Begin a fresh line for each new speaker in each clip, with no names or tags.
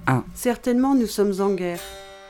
1.
Certainement nous sommes en guerre.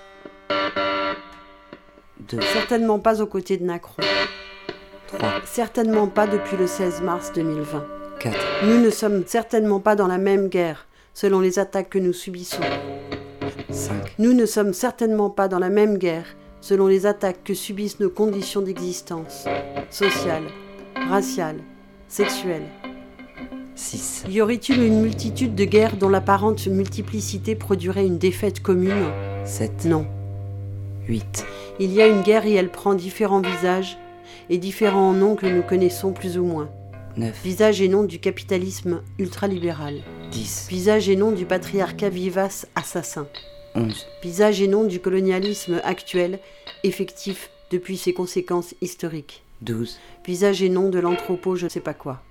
2.
Certainement pas aux côtés de Macron.
3.
Certainement pas depuis le 16 mars 2020.
4.
Nous ne sommes certainement pas dans la même guerre, selon les attaques que nous subissons.
5.
Nous ne sommes certainement pas dans la même guerre, selon les attaques que subissent nos conditions d'existence, sociales, raciales, sexuelles.
6.
Y aurait-il une multitude de guerres dont l'apparente multiplicité produirait une défaite commune ?
7.
Non.
8.
Il y a une guerre et elle prend différents visages et différents noms que nous connaissons plus ou moins.
9.
Visage et nom du capitalisme ultralibéral.
10.
Visage et nom du patriarcat vivace assassin.
11.
Visage et nom du colonialisme actuel, effectif depuis ses conséquences historiques.
12.
Visage et nom de l'anthropo je ne sais pas quoi.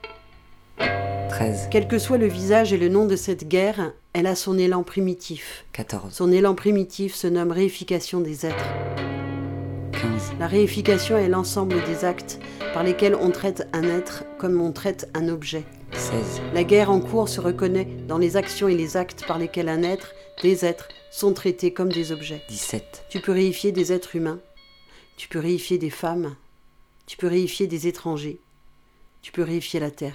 13.
Quel que soit le visage et le nom de cette guerre, elle a son élan primitif.
14.
Son élan primitif se nomme réification des êtres.
15.
La réification est l'ensemble des actes par lesquels on traite un être comme on traite un objet.
16.
La guerre en cours se reconnaît dans les actions et les actes par lesquels un être, des êtres, sont traités comme des objets.
17.
Tu peux réifier des êtres humains, tu peux réifier des femmes, tu peux réifier des étrangers, tu peux réifier la terre.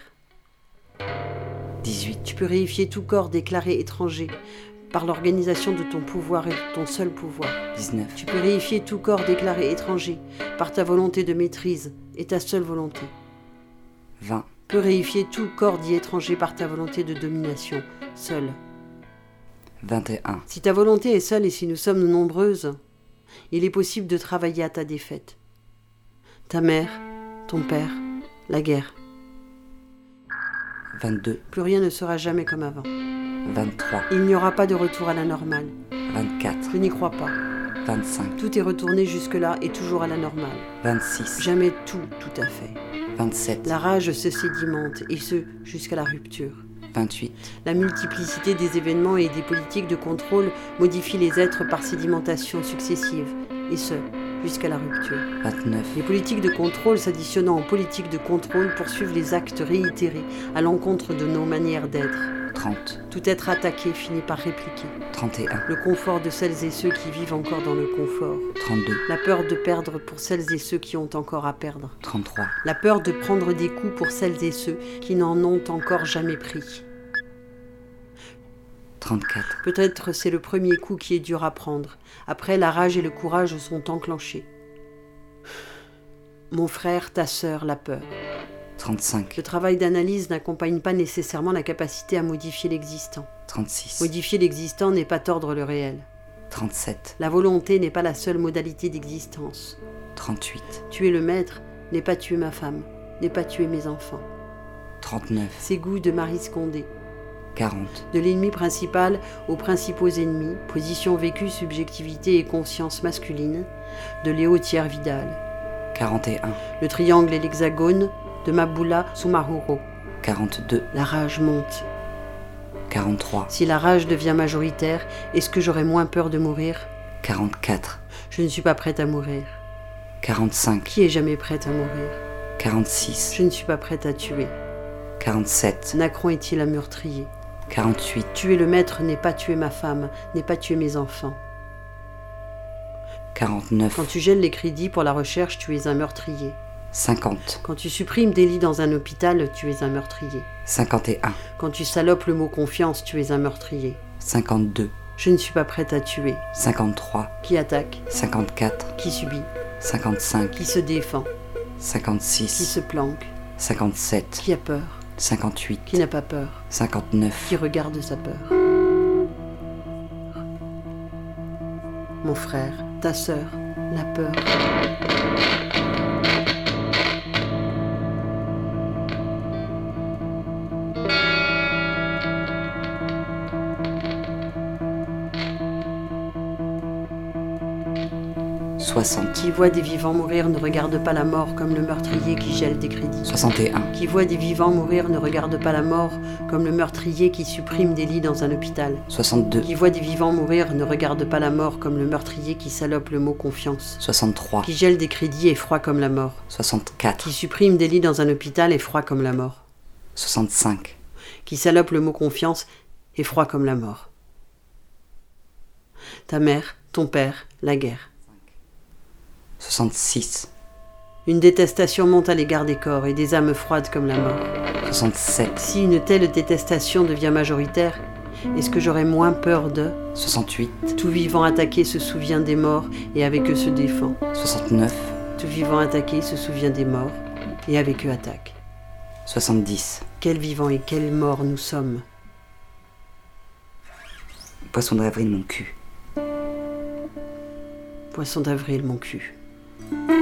18.
Tu peux réifier tout corps déclaré étranger par l'organisation de ton pouvoir et de ton seul pouvoir.
19.
Tu peux réifier tout corps déclaré étranger par ta volonté de maîtrise et ta seule volonté.
20.
Tu peux réifier tout corps dit étranger par ta volonté de domination, seule.
21.
Si ta volonté est seule et si nous sommes nombreuses, il est possible de travailler à ta défaite. Ta mère, ton père, la guerre.
22.
Plus rien ne sera jamais comme avant.
23.
Il n'y aura pas de retour à la normale.
24.
Je n'y crois pas.
25.
Tout est retourné jusque-là et toujours à la normale.
26.
Jamais tout à fait.
27.
La rage se sédimente, et ce, jusqu'à la rupture.
28.
La multiplicité des événements et des politiques de contrôle modifie les êtres par sédimentation successive, et ce, jusqu'à la rupture.
29.
Les politiques de contrôle s'additionnant aux politiques de contrôle poursuivent les actes réitérés à l'encontre de nos manières d'être.
30.
Tout être attaqué finit par répliquer.
31.
Le confort de celles et ceux qui vivent encore dans le confort.
32.
La peur de perdre pour celles et ceux qui ont encore à perdre.
33.
La peur de prendre des coups pour celles et ceux qui n'en ont encore jamais pris.
34.
Peut-être c'est le premier coup qui est dur à prendre. Après, la rage et le courage sont enclenchés. Mon frère, ta sœur, la peur.
35.
Le travail d'analyse n'accompagne pas nécessairement la capacité à modifier l'existant.
36.
Modifier l'existant n'est pas tordre le réel.
37.
La volonté n'est pas la seule modalité d'existence.
38.
Tuer le maître n'est pas tuer ma femme, n'est pas tuer mes enfants.
39.
C'est goût de Marie Scondé.
40.
De l'ennemi principal aux principaux ennemis, position vécue, subjectivité et conscience masculine, de Léo Thiers-Vidal.
41.
Le triangle et l'hexagone, de Maboula Soumaoro.
42.
La rage monte.
43.
Si la rage devient majoritaire, est-ce que j'aurai moins peur de mourir ?
44.
Je ne suis pas prête à mourir.
45.
Qui est jamais prête à mourir ?
46.
Je ne suis pas prête à tuer.
47.
Nacron est-il un meurtrier ?
48.
Tuer le maître n'est pas tuer ma femme, n'est pas tuer mes enfants.
49.
Quand tu gèles les crédits pour la recherche, tu es un meurtrier.
50.
Quand tu supprimes des lits dans un hôpital, tu es un meurtrier.
51.
Quand tu salopes le mot confiance, tu es un meurtrier.
52.
Je ne suis pas prête à tuer.
53.
Qui attaque ?
54.
Qui subit ?
55.
Qui se défend ? Qui
56.
se planque ?
57.
Qui a peur ?
58.
Qui n'a pas peur ?
59.
Qui regarde sa peur ? Mon frère, ta sœur, la peur. Qui voit des vivants mourir ne regarde pas la mort comme le meurtrier qui gèle des crédits.
61.
Qui voit des vivants mourir ne regarde pas la mort comme le meurtrier qui supprime des lits dans un hôpital.
62.
Qui voit des vivants mourir ne regarde pas la mort comme le meurtrier qui salope le mot confiance.
63.
Qui gèle des crédits est froid comme la mort.
64.
Qui supprime des lits dans un hôpital est froid comme la mort.
65.
Qui salope le mot confiance est froid comme la mort. Ta mère, ton père, la guerre.
66,
Une détestation monte à l'égard des corps et des âmes froides comme la mort.
67,
Si une telle détestation devient majoritaire, est-ce que j'aurai moins peur de
68,
tout vivant attaqué se souvient des morts et avec eux se défend.
69,
Tout vivant attaqué se souvient des morts et avec eux attaque.
70,
Quels vivants et quels morts nous sommes.
poisson d'avril mon cul.
Poisson d'avril, mon cul.